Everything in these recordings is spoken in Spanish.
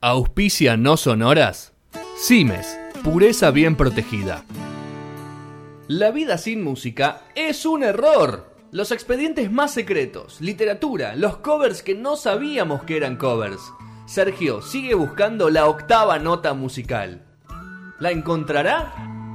Auspicia no sonoras. Simes, pureza bien protegida. La vida sin música es un error. Los expedientes más secretos, literatura, los covers que no sabíamos que eran covers. Sergio sigue buscando la octava nota musical. ¿La encontrará?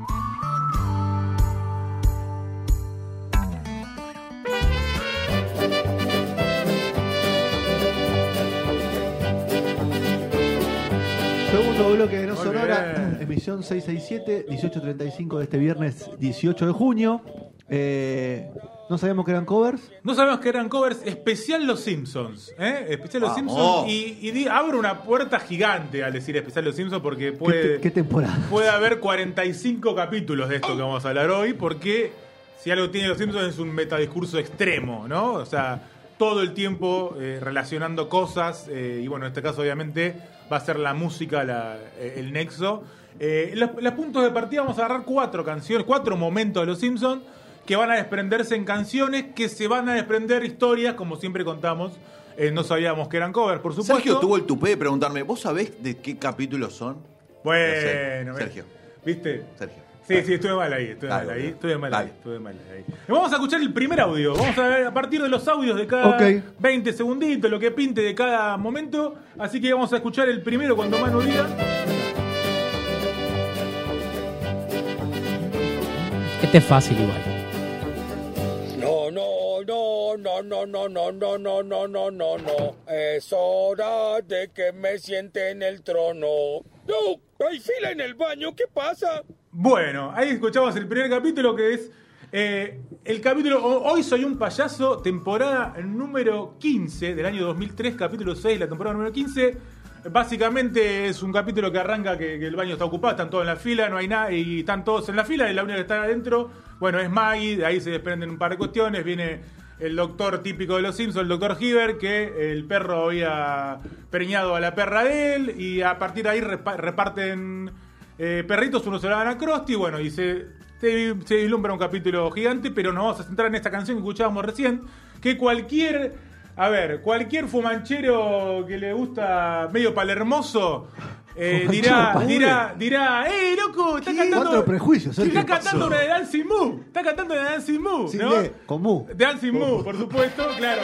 Segundo bloque de No Sonora, emisión 667, 18:35 de este viernes 18 de junio. No sabíamos que eran covers. No sabíamos que eran covers, especial Los Simpsons. Especial Los Simpsons. Y abre una puerta gigante al decir especial Los Simpsons porque ¿Qué temporada? Puede haber 45 capítulos de esto que vamos a hablar hoy, porque si algo tiene Los Simpsons es un metadiscurso extremo, ¿no? O sea, todo el tiempo relacionando cosas, y bueno, en este caso obviamente va a ser la música el nexo. Los puntos de partida vamos a agarrar 4 canciones, 4 momentos de Los Simpsons que van a desprenderse en canciones, que se van a desprender historias, como siempre contamos. No sabíamos que eran covers, por supuesto. Sergio tuvo el tupé de preguntarme, ¿vos sabés de qué capítulos son? Bueno, Sergio. ¿Viste? Sergio. Sí, estuve mal ahí. Estuve mal ahí. Vamos a escuchar el primer audio. Vamos a ver a partir de los audios de cada 20 segunditos, lo que pinte de cada momento. Así que vamos a escuchar el primero cuando Manu diga. Este es fácil igual. No. Es hora de que me siente en el trono. No, hay fila en el baño, ¿qué pasa? Bueno, ahí escuchamos el primer capítulo, que es el capítulo Hoy soy un payaso, temporada número 15 del año 2003, capítulo 6, la temporada número 15. Básicamente es un capítulo que arranca que el baño está ocupado, están todos en la fila, no hay nada, y están todos en la fila, y la única que está adentro, bueno, es Maggie. De ahí se desprenden un par de cuestiones. Viene el doctor típico de Los Simpsons, el doctor Hibbert, que el perro había preñado a la perra de él, y a partir de ahí reparten perritos, uno se lo dan a Krusty, bueno, y se vislumbra un capítulo gigante, pero nos vamos a centrar en esta canción que escuchábamos recién, que cualquier fumanchero que le gusta medio palermoso dirá, loco, está cantando. Cuatro prejuicios, está cantando una de Dancing Moon. Está cantando una de Dancing Moon, sí, ¿no? Con Mu. Dancing Moon, por supuesto, claro.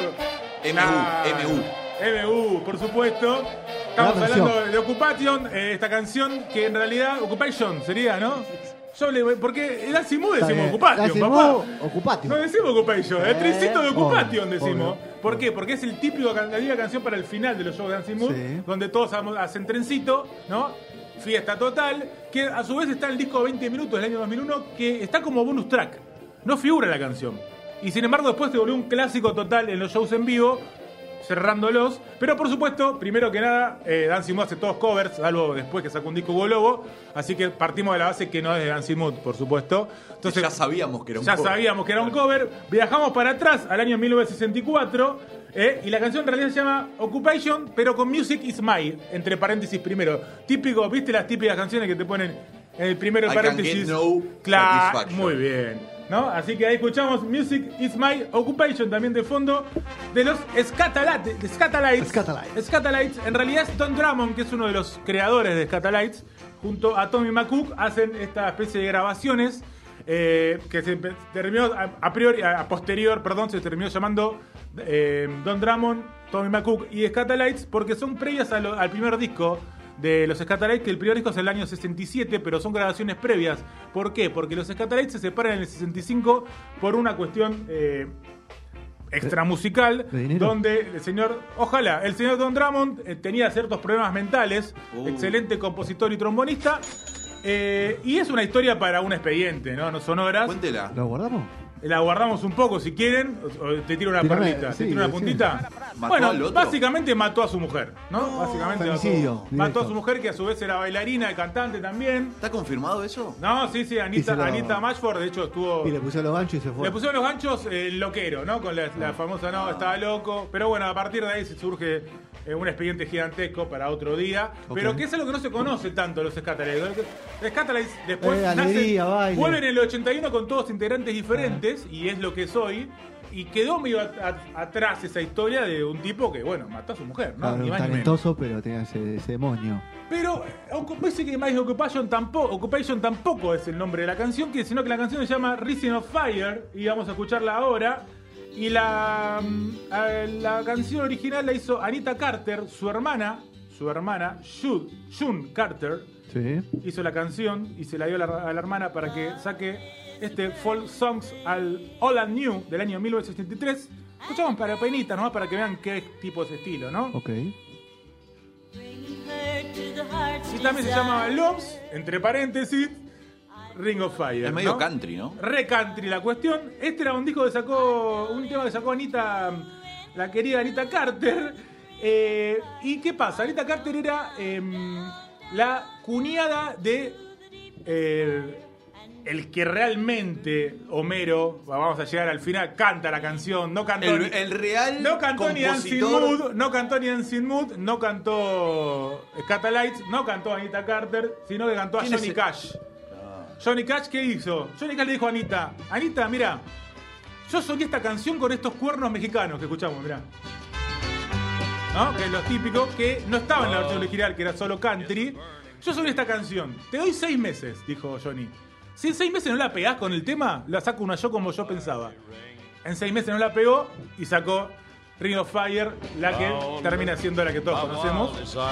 MU, por supuesto. Estamos hablando de Occupation, esta canción que en realidad Occupation sería, ¿no? Porque Dancing Moon decimos Occupation, papá. Occupation. No decimos Occupation, el trencito de Occupation decimos. ¿Por qué? Porque es el típico la canción para el final de los shows de Dancing Moon, donde todos hacen trencito, ¿no? Fiesta total, que a su vez está en el disco 20 minutos del año 2001, que está como bonus track. No figura la canción. Y sin embargo después se volvió un clásico total en los shows en vivo, cerrándolos. Pero por supuesto, primero que nada, Dancing Moon hace todos covers, salvo después que sacó un disco Hugo Lobo. Así que partimos de la base que no es de Dancing Moon, por supuesto. Entonces, ya sabíamos que era un cover. Viajamos para atrás al año 1964, y la canción en realidad se llama Occupation, pero con Music is My, entre paréntesis primero. Típico, ¿viste las típicas canciones que te ponen en el primero paréntesis? Claro, muy bien, ¿no? Así que ahí escuchamos Music is My Occupation, también de fondo, de los Scatalites. Scatalites, en realidad es Don Drummond, que es uno de los creadores de Scatalites, junto a Tommy McCook, hacen esta especie de grabaciones que se terminó a posterior, se terminó llamando Don Drummond, Tommy McCook y Scatalites, porque son previas al primer disco de los Scatalites, que el primer disco es el año 67, pero son grabaciones previas. ¿Por qué? Porque los Scatalites se separan en el 65 por una cuestión extramusical, donde el señor Don Drummond tenía ciertos problemas mentales, excelente compositor y trombonista, y es una historia para un expediente, ¿no sonoras. Cuéntela. ¿Lo guardamos? La guardamos un poco si quieren, o te tiro una perlita, te tiro una puntita. Bueno, básicamente mató a su mujer, ¿no? Básicamente mató a su mujer, que a su vez era bailarina y cantante también. ¿Está confirmado eso? No, sí, Anita Mashford, de hecho estuvo. Y le pusieron los ganchos y se fue. Le pusieron los ganchos el loquero, ¿no? Con la famosa estaba loco. Pero bueno, a partir de ahí se surge un expediente gigantesco para otro día. Pero que es algo que no se conoce tanto los Scatalites. Los Scatalites después vuelven en el 81 con todos integrantes diferentes, y es lo que es hoy. Y quedó medio atrás esa historia de un tipo que, bueno, mató a su mujer, ¿no? Claro, Ni más ni talentoso, pero tenía ese demonio. Pero Basic Instinct Occupation tampoco es el nombre de la canción, sino que la canción se llama Rising of Fire y vamos a escucharla ahora. Y la canción original la hizo Anita Carter, su hermana June Carter. Sí. Hizo la canción y se la dio a la hermana para que saque este Folk Songs al All and New del año 1973. Escuchamos para penita, ¿no? Para que vean qué tipo es estilo, ¿no? Ok. Y también se llama Loves, entre paréntesis, Ring of Fire. Es medio country, ¿no? Re country la cuestión. Este era un disco que sacó, un tema que sacó Anita, la querida Anita Carter. ¿Y qué pasa? Anita Carter era la cuñada de el que realmente Homero, vamos a llegar al final, canta la canción. No cantó el real no cantó ni Dancing compositor. Mood, no cantó ni Dancing Mood, no cantó Scatalites, no cantó Anita Carter, sino que cantó a Johnny Cash. Johnny Cash, ¿qué hizo? Johnny Cash le dijo a Anita, mira, yo soñé esta canción con estos cuernos mexicanos que escuchamos, mirá. ¿No? Que es lo típico, que no estaba en la versión original, que era solo country. Yo soñé esta canción, te doy 6 meses, dijo Johnny. Si en 6 meses no la pegás con el tema, la saco una yo como yo pensaba. En 6 meses no la pegó y sacó Ring of Fire, la que termina siendo la que todos conocemos.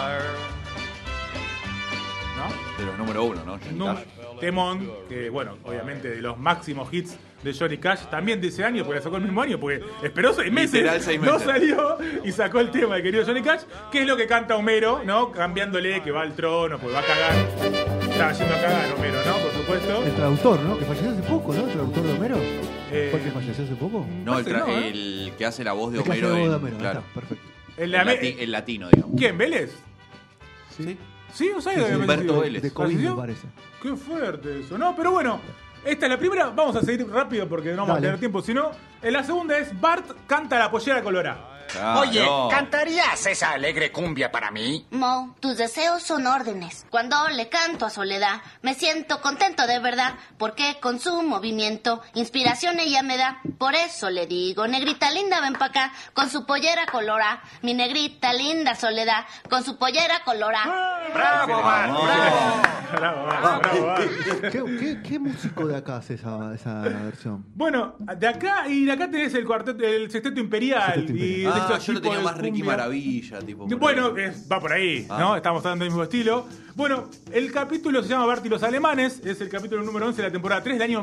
¿No? De los número 1, ¿no? Temón, que bueno, obviamente de los máximos hits de Johnny Cash, también de ese año, porque la sacó el mismo año, porque esperó 6 meses, Literal, 6 meses, no salió y sacó el tema de querido Johnny Cash, que es lo que canta Homero, ¿no? Cambiándole que va al trono, pues va a cagar. Estaba yendo a cagar Homero, ¿no? Por supuesto. El traductor, ¿no? Que falleció hace poco, ¿no? El traductor de Homero. ¿Fue el que falleció hace poco? No, ¿eh? el que hace la voz de El que hace la Homero. voz de Homero, Claro. está, perfecto. El latino, digamos. ¿Quién? ¿Vélez? Sí. ¿Sí? ¿O sea, Sí, sí, Humberto Vélez. De COVID, ¿Falleció? me parece. Qué fuerte eso, ¿no? Pero bueno, esta es la primera. Vamos a seguir rápido porque no vamos a Dale. tener tiempo. Si no, la segunda es Bart canta la pollera colorada. Oye, no. ¿cantarías esa alegre cumbia para mí? Mo, tus deseos son órdenes. Cuando le canto a Soledad, me siento contento de verdad, porque con su movimiento, inspiración ella me da. Por eso le digo, negrita linda, ven pa' acá, con su pollera colorada. Mi negrita linda Soledad, con su pollera colorada. ¡Bravo, Bart! ¡Bravo! Bravo. ¿Qué músico de acá hace esa versión? Bueno, de acá tenés el cuarteto, el sexteto imperial. Sexteto Imperial. Y de esos Yo lo tipos tenía de más Ricky cumbia. Maravilla, tipo. Bueno, va por ahí, ¿no? Estamos hablando del mismo estilo. Bueno, el capítulo se llama Bart y los alemanes. Es el capítulo número 11 de la temporada 3 del año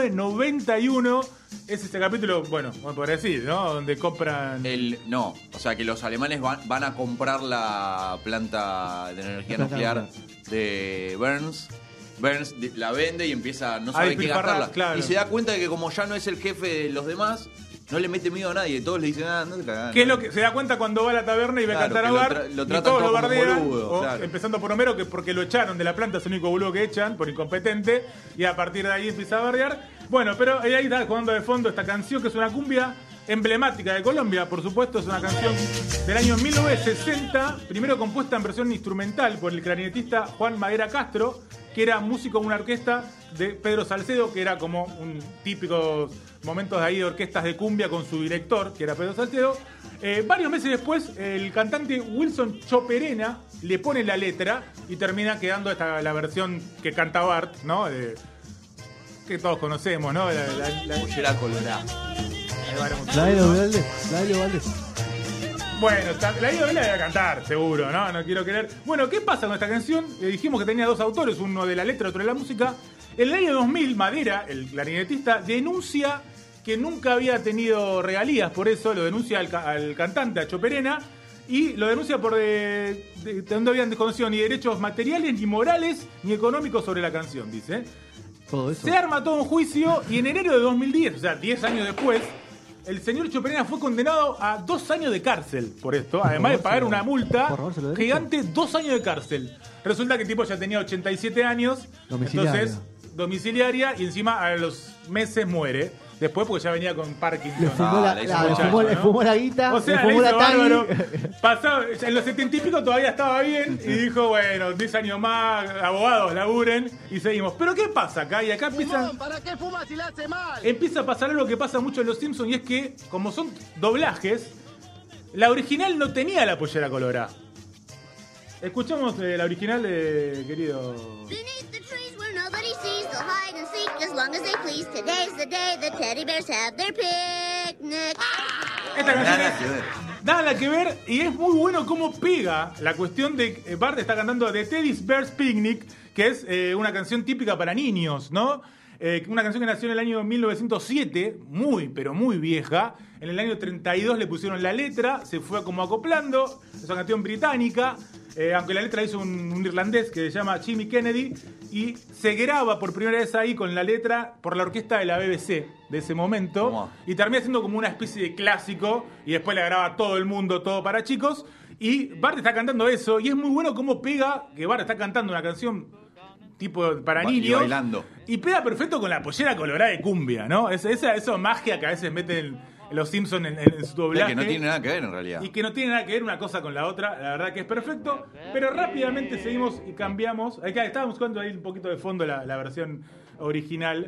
1991. Es ese capítulo, bueno, como podría decir, ¿no? Donde compran... No, o sea que los alemanes van a comprar la planta de energía La planta nuclear nuclear. de Burns. Burns la vende y empieza, no sabe qué despilfarrar, gastarla. claro. Y se da cuenta de que como ya no es el jefe de los demás, no le mete miedo a nadie. Todos le dicen, no te cagas. ¿Qué es lo que se da cuenta cuando va a la taberna y ve Claro, cantar a que lo Bart? lo Y tratan todos lo como un bardean, boludo, o claro. empezando por Homero, que porque lo echaron de la planta, es el único boludo que echan, por incompetente, y a partir de ahí empieza a bardear. Bueno, pero ahí está jugando de fondo esta canción, que es una cumbia emblemática de Colombia, por supuesto, es una canción del año 1960, primero compuesta en versión instrumental por el clarinetista Juan Madera Castro, que era músico de una orquesta de Pedro Salcedo, que era como un típico momentos de ahí de orquestas de cumbia con su director, que era Pedro Salcedo. Varios meses después, el cantante Wilson Choperena le pone la letra y termina quedando la versión que canta Bart, ¿no? Que todos conocemos, ¿no? La Pollera colorada. La de Leo Valdés. Bueno, la iba a cantar, seguro, ¿no? No quiero creer. Bueno, ¿qué pasa con esta canción? Dijimos que tenía dos autores, uno de la letra, otro de la música. En el año 2000, Madera, el clarinetista, denuncia que nunca había tenido regalías, por eso lo denuncia al cantante, a Choperena, y lo denuncia por donde habían desconocido ni derechos materiales, ni morales, ni económicos sobre la canción, dice. Todo eso. Se arma todo un juicio y en enero de 2010, o sea, 10 años después, el señor Choperena fue condenado a 2 años de cárcel por esto, además de pagar una multa gigante, 2 años de cárcel. Resulta que el tipo ya tenía 87 años, Domiciliaria. entonces domiciliaria, y encima a los meses muere. Después porque ya venía con Parkinson. Le fumó, Ah, le fumó la guita, O sea, le fumó le la hizo tagui. bárbaro. Pasado, en los 70 y pico todavía estaba bien y dijo, bueno, 10 años más, abogados, laburen y seguimos. Pero ¿qué pasa acá? Y acá ¿Para qué fumas si la hace mal? empieza a pasar algo que pasa mucho en Los Simpsons y es que, como son doblajes, la original no tenía la pollera colorada. Escuchamos la original de querido... Beneath the trees where nobody sees, they'll hide and seek as long as they please. Today's the day the teddy bears have their picnic. Esta canción Nada es- que ver. Nada que ver y es muy bueno cómo pega la cuestión de Bart está cantando The Teddy Bear's Picnic, que es una canción típica para niños, ¿no? Una canción que nació en el año 1907, muy, pero muy vieja. En el año 32 le pusieron la letra, se fue como acoplando. Es una canción británica, aunque la letra la hizo un irlandés que se llama Jimmy Kennedy. Y se graba por primera vez ahí con la letra por la orquesta de la BBC de ese momento. ¿Cómo? Y termina siendo como una especie de clásico. Y después la graba todo el mundo, todo para chicos. Y Bart está cantando eso. Y es muy bueno cómo pega que Bart está cantando una canción tipo para Y niños. bailando. Y pega perfecto con la pollera colorada de cumbia, ¿no? Esa magia que a veces meten los Simpsons en su doblaje. Que no tiene nada que ver en realidad. Y que no tiene nada que ver una cosa con la otra. La verdad que es perfecto. Pero rápidamente seguimos y cambiamos. Acá estábamos jugando ahí un poquito de fondo la versión original.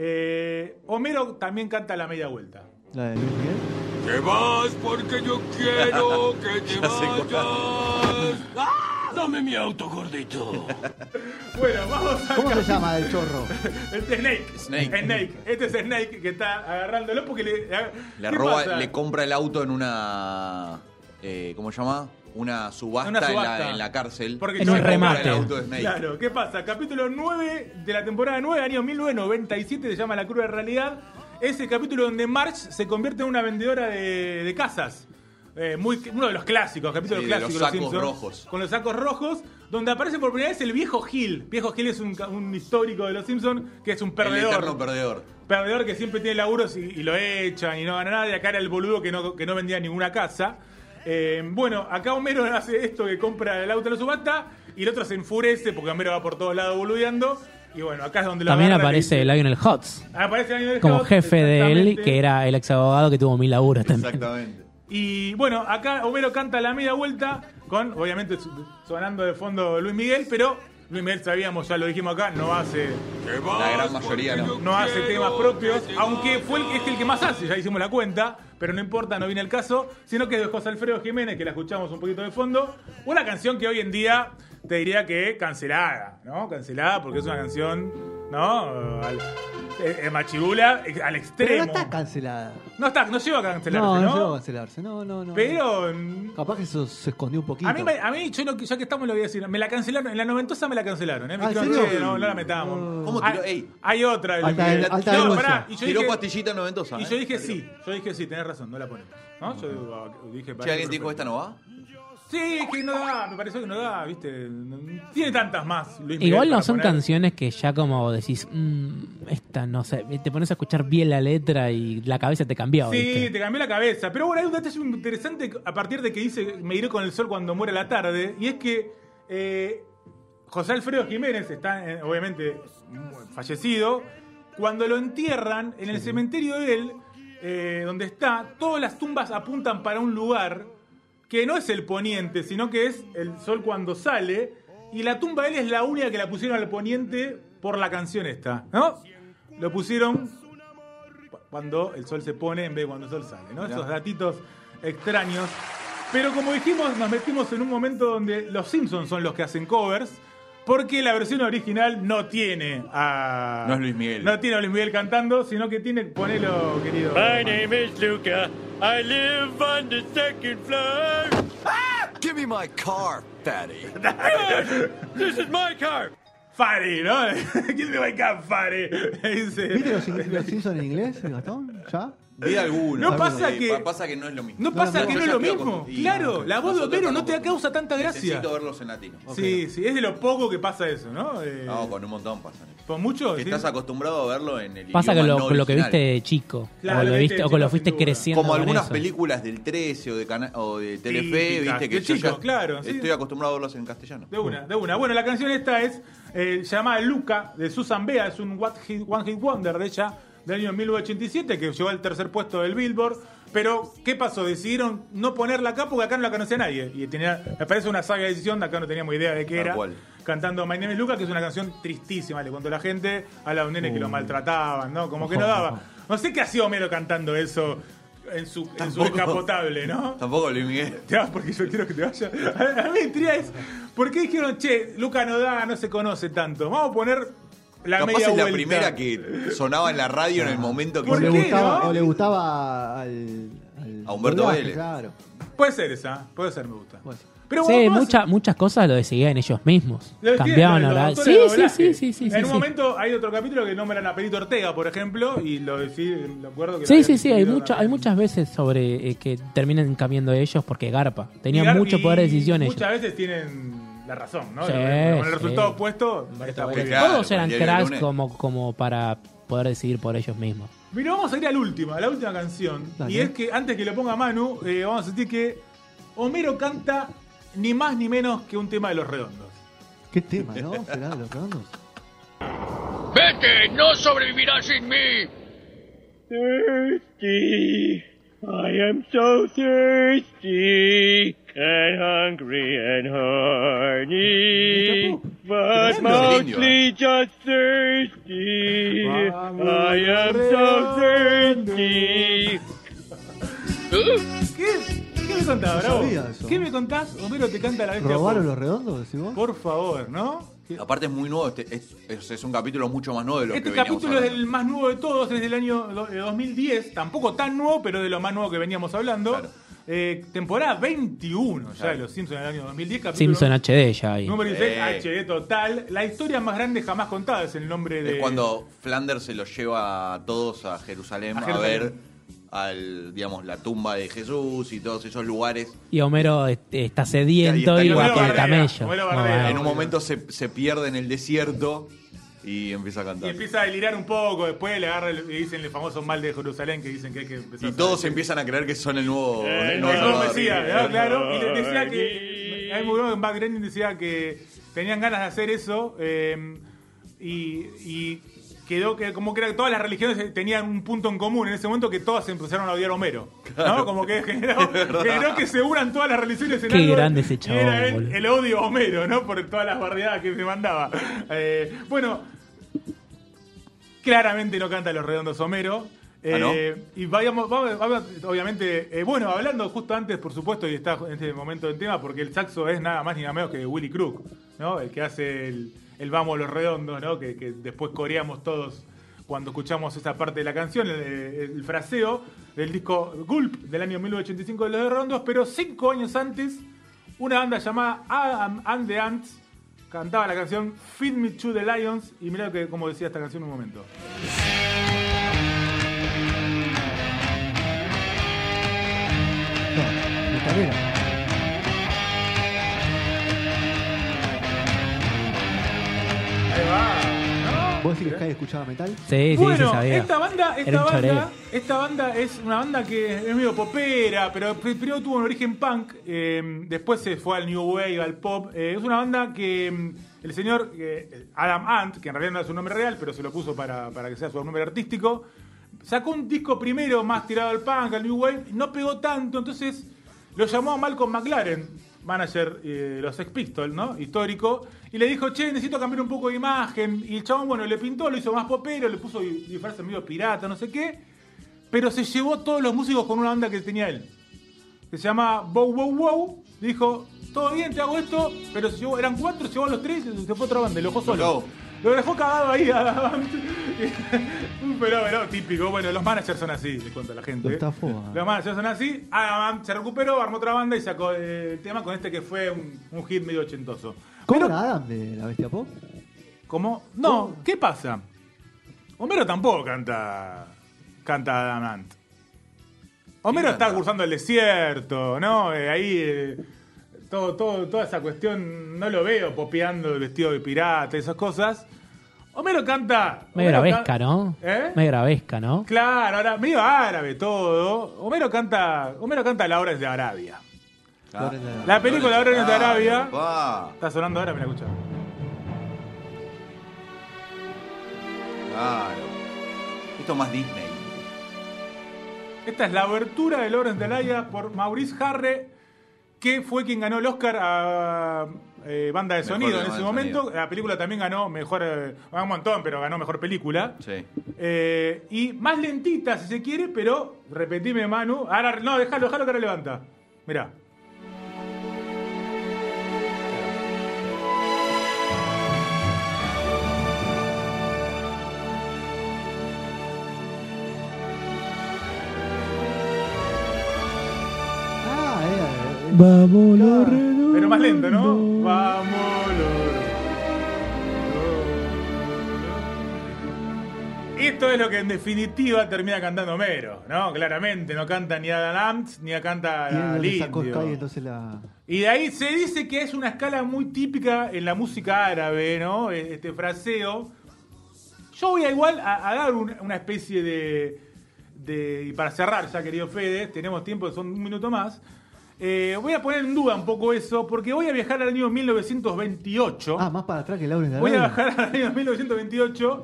Homero también canta La Media Vuelta. La de Luis Miguel. Te vas porque yo quiero que te Ya sé cuál. vayas. ¡Ah! Dame mi auto, gordito. Bueno, vamos a... ¿Cómo se llama el chorro? Este es Snake. Snake. Este es Snake que está agarrándolo porque Le ¿qué roba, pasa? le compra el auto en una. ¿Cómo se llama? Una subasta, Una subasta. En la cárcel. Porque En yo un le compro remate. El auto de Snake. Claro, ¿qué pasa? Capítulo 9 de la temporada 9, año 1997, se llama La cruda realidad. Es el capítulo donde Marge se convierte en una vendedora de casas. Uno de los clásicos, capítulos Sí, de clásicos los de sacos Simpsons, rojos. con los sacos rojos, donde aparece por primera vez el viejo Gil. Viejo Gil es un histórico de los Simpsons que es un El perdedor. eterno perdedor. Perdedor que siempre tiene laburos y lo echan y no gana nada. Y acá era el boludo que no vendía ninguna casa. Bueno, acá Homero hace esto que compra el auto en la subasta y el otro se enfurece porque Homero va por todos lados boludeando. Y bueno, acá es donde lo También agarra y aparece dice- Lionel Hutz Aparece Lionel como Hutz, jefe de él, exactamente. que era el ex abogado que tuvo 1000 laburos también. Exactamente. Y bueno, acá Homero canta La Media Vuelta con, obviamente, sonando de fondo Luis Miguel, pero Luis Miguel sabíamos, ya lo dijimos acá, no hace La gran mayoría no. no hace temas propios, aunque es el que más hace, ya hicimos la cuenta, pero no importa, no viene el caso, sino que es de José Alfredo Jiménez, que la escuchamos un poquito de fondo, una canción que hoy en día te diría que cancelada, ¿no? Cancelada porque es una canción, ¿no? Machirula al Pero extremo. no está cancelada. No llegó a cancelarse, No, ¿no? no llegó a cancelarse. No. Pero Capaz que eso se escondió un poquito. a mí ya que estamos, lo voy a decir. Me la cancelaron. En la noventosa me la cancelaron. Me ¿Ah, en dijeron, serio? "Che, no la metamos. No. ¿Cómo tiró? Ey. Hay otra. Alta no, denuncia. pará. Y yo Tiró dije, pastillita noventosa. y yo dije sí. Yo dije sí, tenés razón, no la ponemos. ¿No? Yo dije, Si alguien dijo esta no va. Sí, es que no da. Me pareció que no da, ¿viste? Tiene tantas más. Luis Miguel Igual no para son poner. canciones que ya como decís, esta no sé, te pones a escuchar bien la letra y la cabeza te cambió. Sí, ¿viste? te cambió la cabeza. Pero bueno, hay un detalle interesante a partir de que dice me iré con el sol cuando muera la tarde. Y es que José Alfredo Jiménez está, obviamente, fallecido. Cuando lo entierran en el cementerio de él, donde está, todas las tumbas apuntan para un lugar que no es el poniente, sino que es el sol cuando sale. Y la tumba de él es la única que la pusieron al poniente por la canción esta, ¿no? Lo pusieron cuando el sol se pone en vez de cuando el sol sale, ¿no? Esos datitos extraños. Pero como dijimos, nos metimos en un momento donde los Simpsons son los que hacen covers, porque la versión original no tiene a... No es Luis Miguel. No tiene a Luis Miguel cantando, sino que tiene... Ponelo, querido. My name is Luca. I live on the second floor. Give me my car, fatty. This is my car. Fari, ¿no? Give me my cup, Fari. Dice... ¿Viste los Simpsons en inglés, Gastón? ¿Ya? Vi alguno. No pasa Sí, que- pasa que no es lo mismo. No pasa no, que yo no es ya lo estoy mismo. acostumbrado. Claro, la voz de Nosotros Homero no te tampoco. causa tanta gracia. Necesito verlos en latino. Sí, sí, es de lo poco que pasa eso, ¿no? No, con un montón pasan. ¿Con mucho? Que Sí. estás acostumbrado a verlo en el Pasa que idioma lo, no lo que original. viste de chico, Claro, o lo lo viste viste de o que lo chico, fuiste sin duda. creciendo Como con algunas eso. películas del 13 o de Telefe, Típicas, viste, que de yo chicos, ya claro, sí. estoy acostumbrado a verlos en castellano. De una. Bueno, la canción esta es llamada Luca, de Susan Bea, es un One Hit Wonder de ella, del año 1987, que llegó al tercer puesto del Billboard. Pero, ¿qué pasó? Decidieron no ponerla acá porque acá no la conocía nadie. Y me parece una sabia decisión, acá no teníamos idea de qué era. Cual. Cantando My Name is Luca, que es una canción tristísima. Le contó la gente, habla de un nene que lo maltrataban, ¿no? Como que no daba. No sé qué hacía Homero cantando eso en su descapotable, ¿no? Tampoco Luis Miguel. Porque yo quiero que te vaya. A mí me intriga es, ¿por qué dijeron, che, Luca no da, no se conoce tanto? Vamos a poner la Capaz media es la vuelta. primera que sonaba en la radio en el momento que ¿Por O qué, le no? gustaba a Humberto doblaje, Vélez. Claro. Puede ser esa, puede ser, me gusta. Puede ser. Pero Sí, vamos a- muchas cosas lo decidían ellos mismos. Lo Cambiaban entiendo, ahora. los autores de doblaje. Sí. En un momento hay otro capítulo que nombran a Perito Ortega, por ejemplo, y lo deciden, lo acuerdo que lo Sí, habían hay, decidido hay también. muchas veces sobre que terminan cambiando ellos porque garpa. Tenían Y Gar- mucho y poder de decisión ellos. Muchas veces tienen la razón, ¿no? Sí, Con el sí. resultado opuesto, está muy bien. Claro, Todos eran el diario del cracks lunes. como para poder decidir por ellos mismos. Mira, vamos a ir a la última canción. Dale. Y es que antes que lo ponga Manu, vamos a sentir que Homero canta ni más ni menos que un tema de Los Redondos. ¿Qué tema, no? ¿Será de Los Redondos? ¡Vete! ¡No sobrevivirás sin mí! Thirsty, I am so thirsty and hungry and horny, but mostly just thirsty. I am so thirsty. ¿Qué me contás, Bravo? sabía eso. ¿Qué me contás? Homero te canta la bestia. ¿Robaron Pop. Los Redondos, decís vos? Por favor, ¿no? Aparte es muy nuevo, es un capítulo mucho más nuevo de lo Este que veníamos capítulo es hablando. el más nuevo de todos, es del año 2010, tampoco tan nuevo, pero de lo más nuevo que veníamos hablando. Claro. Temporada 21 ya Claro. de Los Simpsons en el año 2010. Capítulo Simpson HD ya ahí. número 16, HD total. La historia más grande jamás contada es el nombre de... Es cuando Flanders se los lleva a todos a Jerusalén a, ver digamos, la tumba de Jesús y todos esos lugares. Y Homero está sediento Y y Homero va por el bardea, camello. Homero bardea. Bueno. En un momento se pierde en el desierto y empieza a Y cantar. empieza a delirar un poco, después le agarra y dicen el famoso mal de Jerusalén, que dicen que hay que empezar Y a todos hacer- empiezan a creer que son el nuevo, El nuevo nuevo Salvador. Mesías, ¿no? Claro. Y les decía que. Hay muy bueno en Back Groening decía que tenían ganas de hacer eso. Y quedó que como que era que todas las religiones tenían un punto en común en ese momento, que todas empezaron a odiar a Homero, ¿no? Como que generó que se unan todas las religiones en Qué algo, grande ese y chabón, era boludo. el odio a Homero, ¿no? Por todas las bardeadas que se mandaba. Bueno, claramente no canta Los Redondos Homero. ¿no? Y vamos, obviamente, bueno, hablando justo antes, por supuesto, y está en este momento del tema, porque el saxo es nada más ni nada menos que Willy Crook, ¿no? El que hace el Vamos Los Redondos, ¿no? Que después coreamos todos cuando escuchamos esa parte de la canción, el fraseo del disco Gulp del año 1985 de Los Redondos, pero 5 años antes, una banda llamada Adam and the Ants cantaba la canción Feed Me to the Lions, y mirá como decía esta canción en un momento. Metalera. Ahí va, ¿no? ¿Vos decís que Sky escuchaba metal? Sí, Bueno, se sabía. esta banda es una banda que es medio popera, pero primero tuvo un origen punk, después se fue al new wave, al pop. Es una banda que el señor Adam Ant, que en realidad no es su nombre real, pero se lo puso para que sea su nombre artístico, sacó un disco primero más tirado al punk, al new wave, no pegó tanto, entonces lo llamó a Malcolm McLaren, manager de los Sex Pistols, ¿no? Histórico, y le dijo, che, necesito cambiar un poco de imagen. Y el chabón, bueno, le pintó, lo hizo más popero, le puso disfraz medio pirata, no sé qué, pero se llevó todos los músicos con una banda que tenía él, que se llama Bow Wow Wow. Dijo, todo bien, te hago esto, pero se llevó, eran 4, se llevó a los 3 y se fue a otra banda, y lo dejó solo. Lo dejó cagado ahí a la banda. Un fenómeno típico. Bueno, los managers son así, les cuento a la gente. Lo estafó, Los managers son así. Adam se recuperó, armó otra banda y sacó el tema con este que fue un hit medio ochentoso. ¿Cómo era Adam de la Bestia Pop? ¿Cómo? No, ¿qué pasa? Homero tampoco canta Adam Ant. Homero está cruzando el desierto, ¿no? Toda esa cuestión no lo veo popeando el vestido de pirata, esas cosas. Homero canta... Medio Homero grabesca, ¿no? ¿Eh? Medio grabesca, ¿no? Claro, ahora medio árabe todo. Homero canta Laurens de Arabia. La película Laurens de Arabia. Está sonando ahora, mira, escucha. Claro. Esto es más Disney. Esta es la abertura de Lawrence de Arabia por Maurice Harre, que fue quien ganó el Oscar a banda de sonido en ese momento. La película también ganó mejor, un montón, pero ganó mejor película. Sí. Y más lentita, si se quiere, pero repetime, Manu. Ahora, no, déjalo que ahora levanta. Mirá. Vamos, los redondos. Pero más lento, ¿no? Vamos, Esto es lo que en definitiva termina cantando Homero, ¿no? Claramente, no canta ni Adam Ant ni canta Lindio. Y de ahí se dice que es una escala muy típica en la música árabe, ¿no? Este fraseo. Yo voy a igual a dar una especie de... Y para cerrar ya, querido Fede, tenemos tiempo, son un minuto más. Voy a poner en duda un poco eso, porque voy a viajar al año 1928. Más para atrás que Lawrence de Voy Arabia. a viajar al año 1928.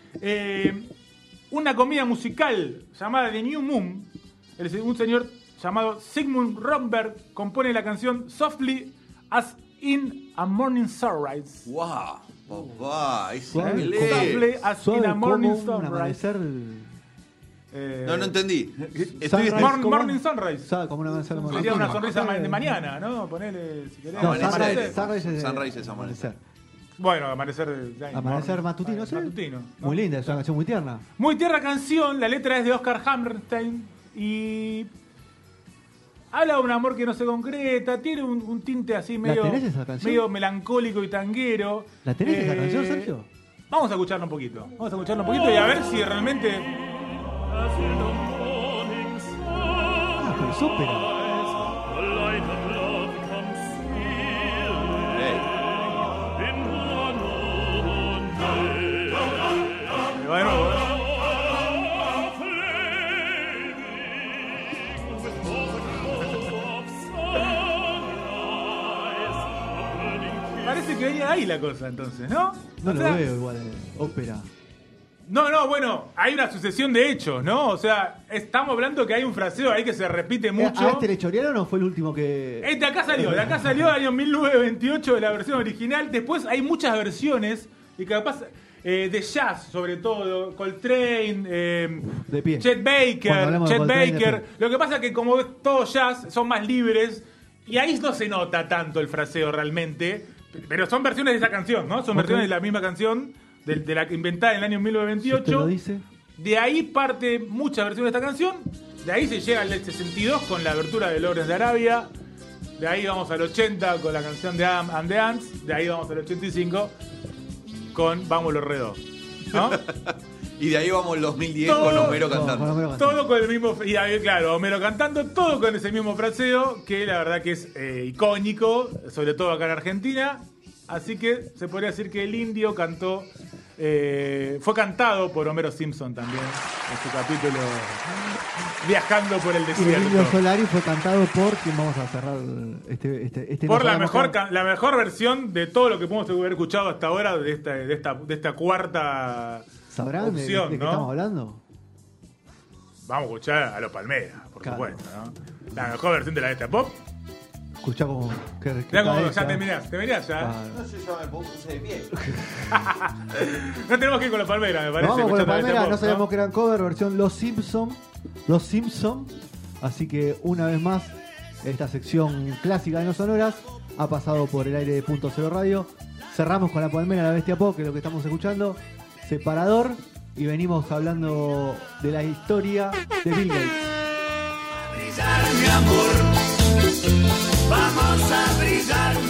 Una comedia musical llamada The New Moon. Un señor llamado Sigmund Romberg compone la canción Softly as in a Morning Sunrise. ¡Wow! Papá, es inglés. Softly as in a Morning Sunrise. No entendí. Morning Sunrise. Como una sería una sonrisa de mañana, ¿no? Ponele, si querés. No, Sunrise es amanecer. Bueno, amanecer matutino, ¿sí? Matutino, ¿no? Muy linda, es una canción muy tierna. Muy tierna canción, la letra es de Oscar Hammerstein y habla de un amor que no se concreta, tiene un tinte así medio, ¿La tenés esa canción? Medio melancólico y tanguero. ¿La tenés esa canción, Sergio? Vamos a escucharla un poquito. Y a ver si realmente... Pero es ópera. Parece que venía ahí la cosa entonces, ¿no? No lo veo igual, ópera. No, bueno, hay una sucesión de hechos, ¿no? O sea, estamos hablando que hay un fraseo ahí que se repite mucho. ¿A este le chorearon o fue el último que...? De acá salió el año 1928 de la versión original. Después hay muchas versiones y capaz de jazz, sobre todo, Coltrane, de pie. Chet Baker. Lo que pasa es que como es todo jazz, son más libres y ahí no se nota tanto el fraseo realmente, pero son versiones de esa canción, ¿no? Son versiones de la misma canción. De la inventada en el año 1928. ¿Usted lo dice? De ahí parte muchas versiones de esta canción. De ahí se llega al 62 con la abertura de Lawrence de Arabia. De ahí vamos al 80 con la canción de Adam and the Ants. De ahí vamos al 85 con Vamos los Redos, ¿no? Y de ahí vamos al 2010 con Homero cantando. Todo con el mismo... Y ahí, claro, Homero cantando, todo con ese mismo fraseo, que la verdad que es icónico, sobre todo acá en Argentina. Así que se podría decir que el indio cantó... fue cantado por Homero Simpson también en su capítulo Viajando por el Desierto. Y el Indio Solari fue cantado por quien vamos a cerrar este por la mejor versión de todo lo que podemos haber escuchado hasta ahora de esta cuarta ¿Sabrán opción, de qué ¿no? estamos hablando? Vamos a escuchar a los Palmeras, por supuesto, ¿no? La mejor versión de la Extra Pop. Escuchá como... ya te mirás ya. No sé, yo me puse de pie. No tenemos que ir con los Palmeras, me parece. Vamos con los Palmeras, no sabíamos ¿no? que eran cover, versión Los Simpson. Así que una vez más, esta sección clásica de No Sonoras ha pasado por el aire de Punto Cero Radio. Cerramos con la Palmera, la Bestia Pop, que es lo que estamos escuchando. Separador. Y venimos hablando de la historia de Bill Gates. Mi amor, vamos a brillar.